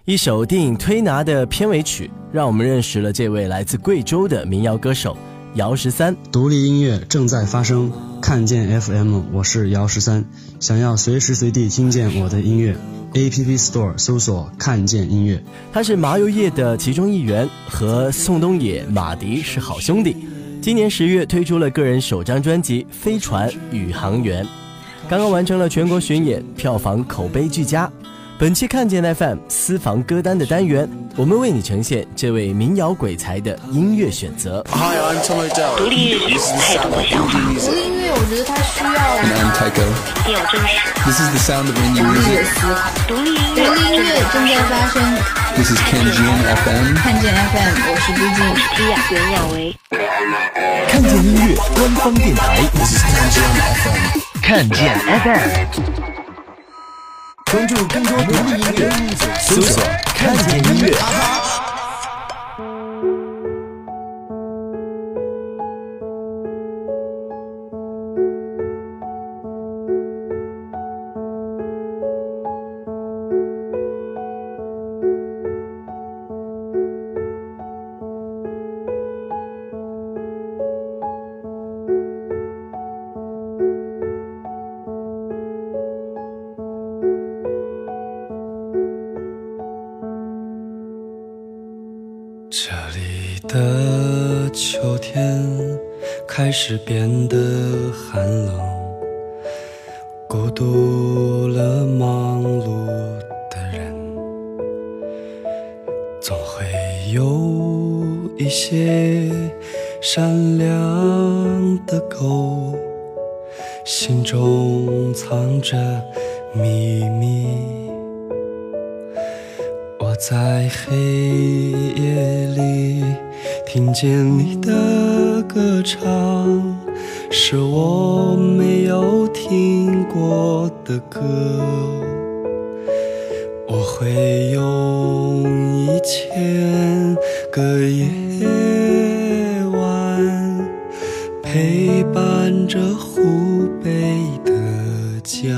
一首电影《推拿》的片尾曲，让我们认识了这位来自贵州的民谣歌手姚13。 独立音乐正在发生，看见 FM， 我是姚13。想要随时随地听见我的音乐 ，App Store 搜索看见音乐。 他是麻油叶的其中一员，和宋冬野、马迪是好兄弟。今年10月推出了个人首张专辑《飞船宇航员》，刚刚完成了全国巡演，票房口碑俱佳。本期看见 FM 私房歌单的单元，我们为你呈现这位民谣鬼才的音乐选择。 Hi, I'm Tom O'Dell. 独立日太多想法。 独立音乐，我觉得它需要 And I'm Tycho. 一定要真实。 This is the sound of indie 独立 music. 思考。 独立音独立音乐正在发生。 This is Kenjin FM. 看见 FM， 我是毕竟。 提亚袁娅维。 看见音乐官方电台 This is Kenjin FM. 看见 FM， 关注更多独立音乐，搜索看见音乐。 这里的秋天开始变得寒冷，孤独了忙碌的人，总会有一些善良的狗，心中藏着秘密。我在黑夜里听见你的歌唱，是我没有听过的歌。我会用1000个夜晚陪伴着湖北的江。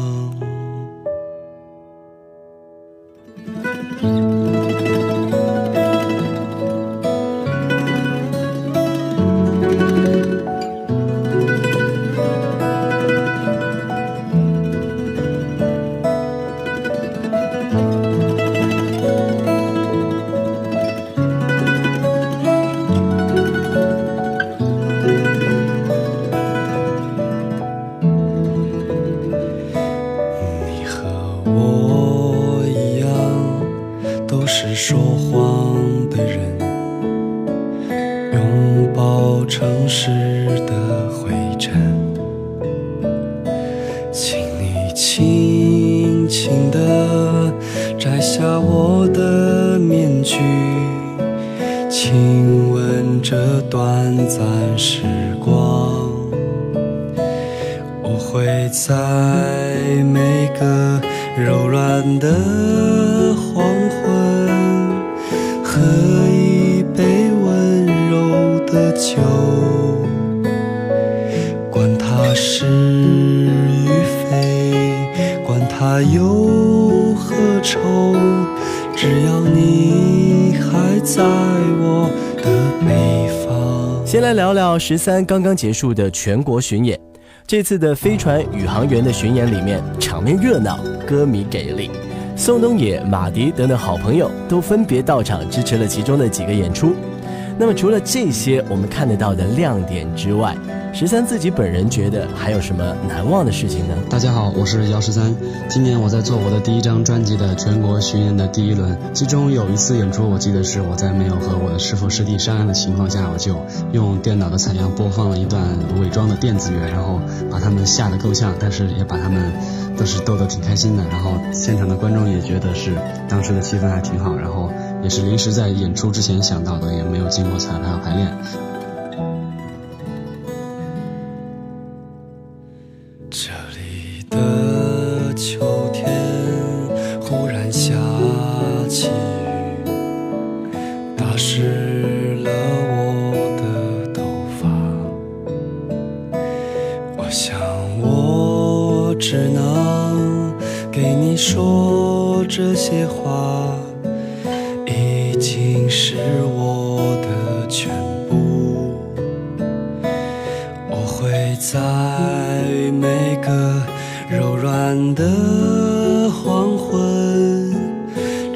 是说谎的人，拥抱城市的灰尘，请你轻轻地摘下我的面具，亲吻这短暂时光。我会在每个柔软的黄昏喝一杯温柔的酒，管它是与非，管它有何愁，只要你还在我的北方。 先来聊聊13刚刚结束的全国巡演。这次的飞船宇航员的巡演里面，场面热闹，歌迷给力，宋冬野、马迪等等好朋友都分别到场支持了其中的几个演出。那么除了这些我们看得到的亮点之外，13自己本人觉得还有什么难忘的事情呢？ 大家好，我是姚13。今年我在做我的第1张专辑的全国巡演的第1轮，其中有一次演出，我记得是我在没有和我的师傅师弟商量的情况下，我就用电脑的采样播放了一段伪装的电子乐，然后把他们吓得够呛，但是也把他们都是逗得挺开心的。然后现场的观众也觉得是当时的气氛还挺好，然后也是临时在演出之前想到的，也没有经过彩排和排练。 这里的秋天忽然下起雨，打湿了我的头发。我想我只能给你说这些话，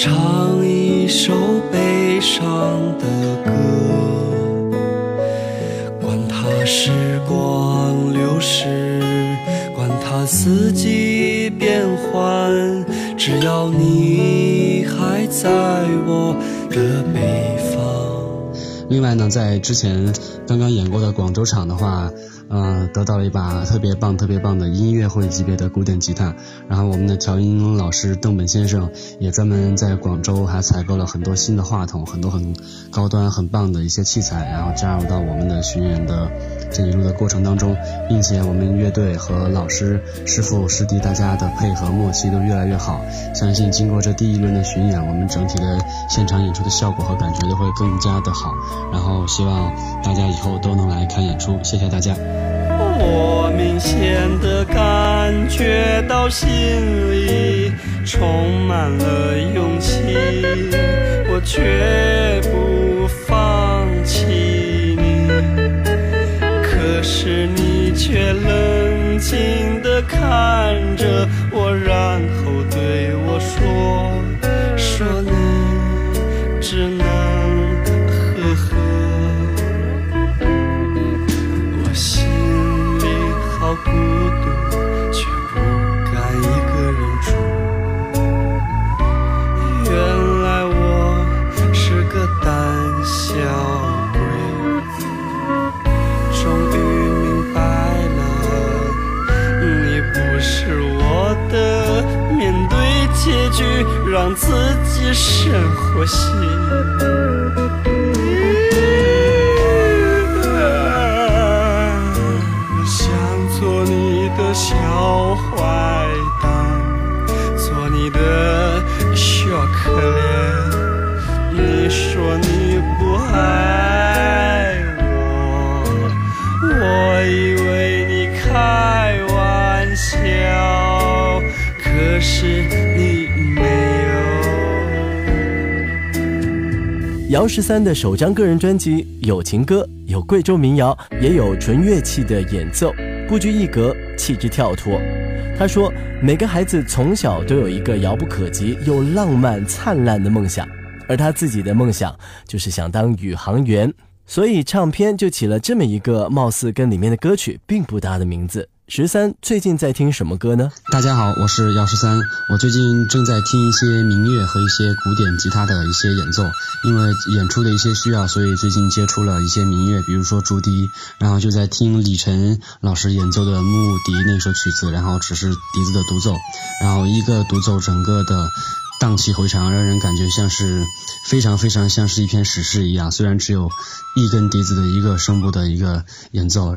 唱一首悲伤的歌，管它时光流逝，管它四季变换，只要你还在我的北方。 另外呢，在之前刚刚演过的广州场的话，得到了一把特别棒的音乐会级别的古典吉他，然后我们的调音老师邓本先生也专门在广州还采购了很多新的话筒，很多很高端很棒的一些器材，然后加入到我们的巡演的这一路的过程当中，并且我们乐队和老师师傅师弟大家的配合默契都越来越好，相信经过这第一轮的巡演，我们整体的现场演出的效果和感觉都会更加的好，然后希望大家以后都能来看演出，谢谢大家。 我明显地感觉到心里充满了勇气，我绝不放弃你，可是你却冷静地看着我，然后对我说你只能呵呵。我心好孤独，却不敢一个人住。原来我是个胆小鬼，终于明白了，你不是我的，面对结局，让自己深呼吸。做你的小坏蛋，做你的小可怜。你说你不爱我，我以为你开玩笑，可是你没有。 姚13的首张个人专辑有情歌，有贵州民谣，也有纯乐器的演奏，不拘一格，气质跳脱。他说，每个孩子从小都有一个遥不可及又浪漫灿烂的梦想，而他自己的梦想就是想当宇航员，所以唱片就起了这么一个貌似跟里面的歌曲并不搭的名字。13最近在听什么歌呢？ 大家好，我是姚13，我最近正在听一些民乐和一些古典吉他的一些演奏，因为演出的一些需要，所以最近接触了一些民乐，比如说竹笛，然后就在听李晨老师演奏的木笛那首曲子，然后只是笛子的独奏，然后一个独奏整个的荡气回肠，让人感觉像是非常非常像是一篇史诗一样，虽然只有一根笛子的一个声部的一个演奏。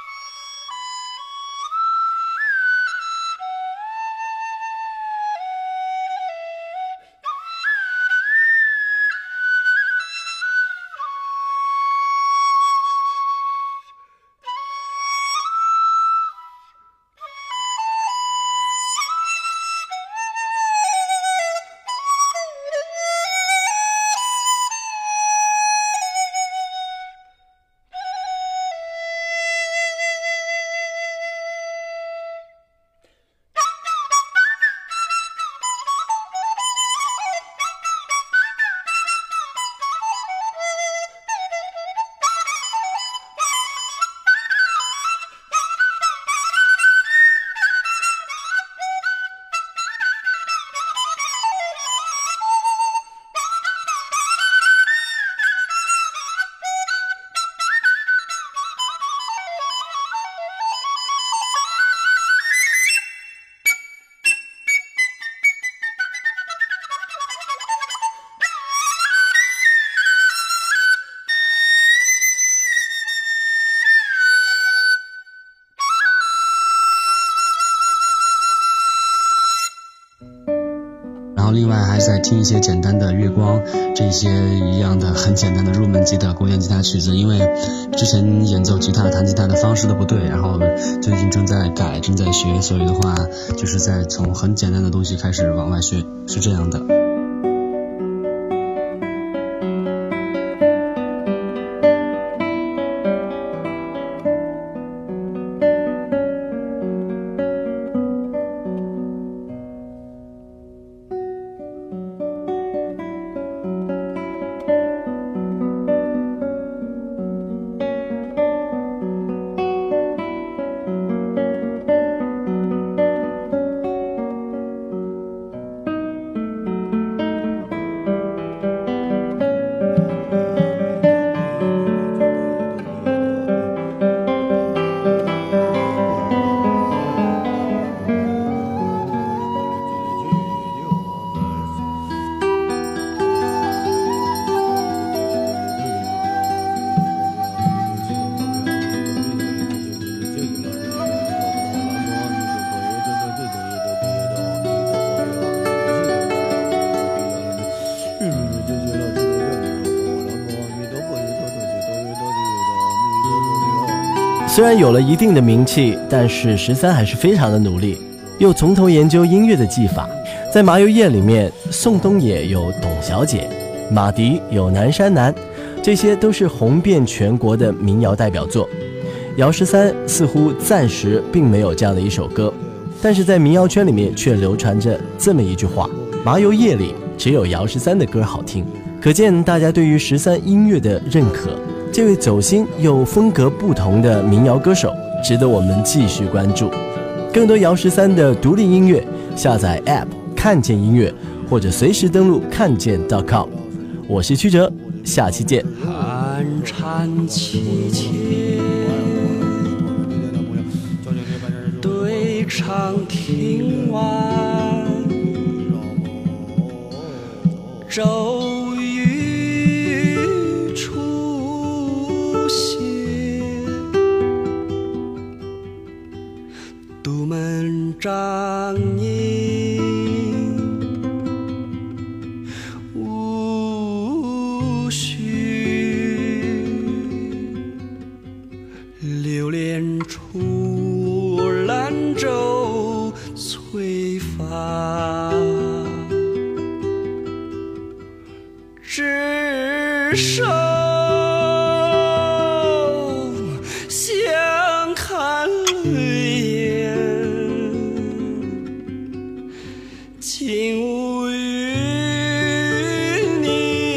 另外还在听一些简单的月光，这些一样的很简单的入门级的古典吉他曲子，因为之前演奏吉他弹吉他的方式都不对，然后最近正在改正在学，所以的话就是在从很简单的东西开始往外学，是这样的。 虽然有了一定的名气，但是13还是非常的努力，又从头研究音乐的技法。在麻油叶里面，宋冬野有董小姐，马迪有南山南，这些都是红遍全国的民谣代表作。姚13似乎暂时并没有这样的一首歌，但是在民谣圈里面却流传着这么一句话：麻油叶里只有姚13的歌好听。可见大家对于13音乐的认可。这位走心又风格不同的民谣歌手值得我们继续关注。更多姚13的独立音乐，下载 App 看见音乐，或者随时登录看见 .com。 我是曲哲，下期见。 寒蝉凄切，对唱听完，骤雨初歇，杜门张映无绪，流连出兰州翠发，只手相看泪眼，竟无语凝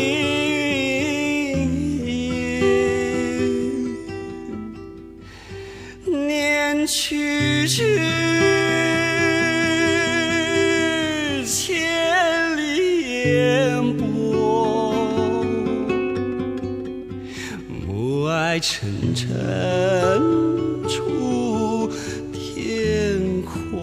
噎，念去去千里烟波，暮霭沉沉出天空。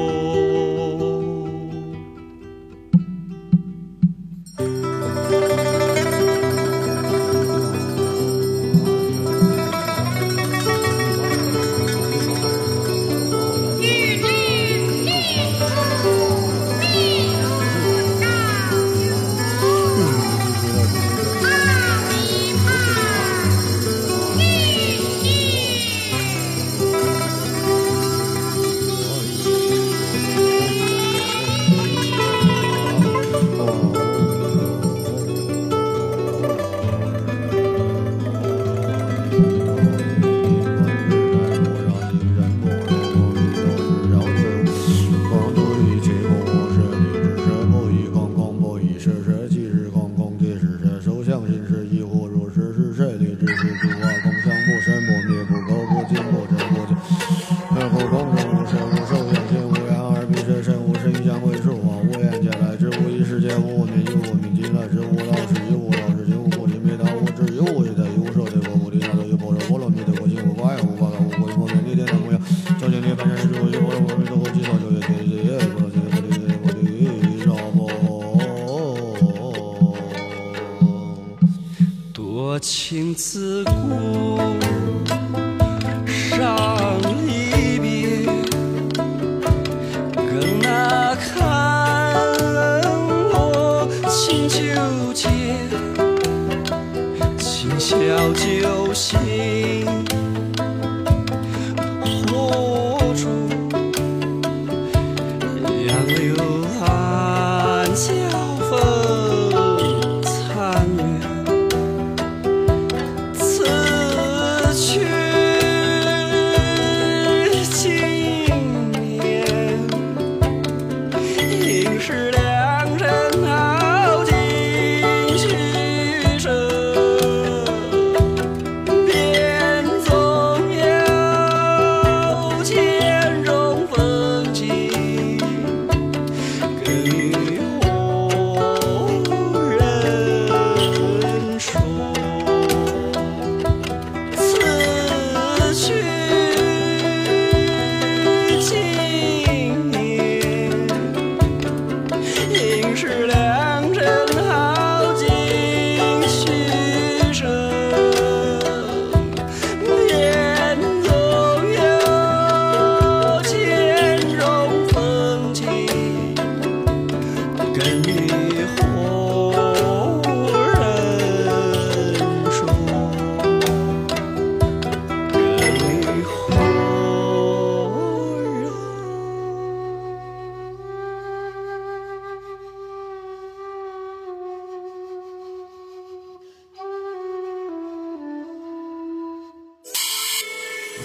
多情自古伤离别，更那看我情纠结，今宵酒醒何处，杨柳暗晓风残月，变作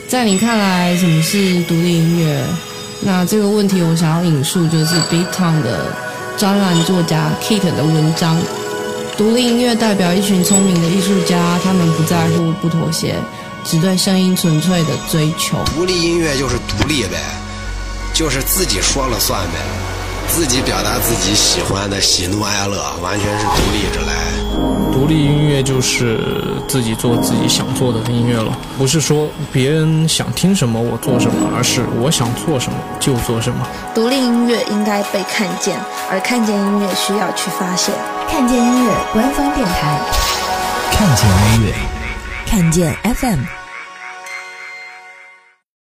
在你看来，什么是独立音乐？那这个问题我想要引述就是 Big Town 的专栏作家 Kit 的文章。独立音乐代表一群聪明的艺术家，他们不在乎，不妥协，只对声音纯粹的追求。 独立音乐就是独立呗，就是自己说了算呗，自己表达自己喜欢的喜怒哀乐，完全是独立之来。 独立音乐就是自己做自己想做的音乐了，不是说别人想听什么我做什么，而是我想做什么就做什么。 独立音乐应该被看见，而看见音乐需要去发现。 看见音乐官方电台， 看见音乐， 看见 FM。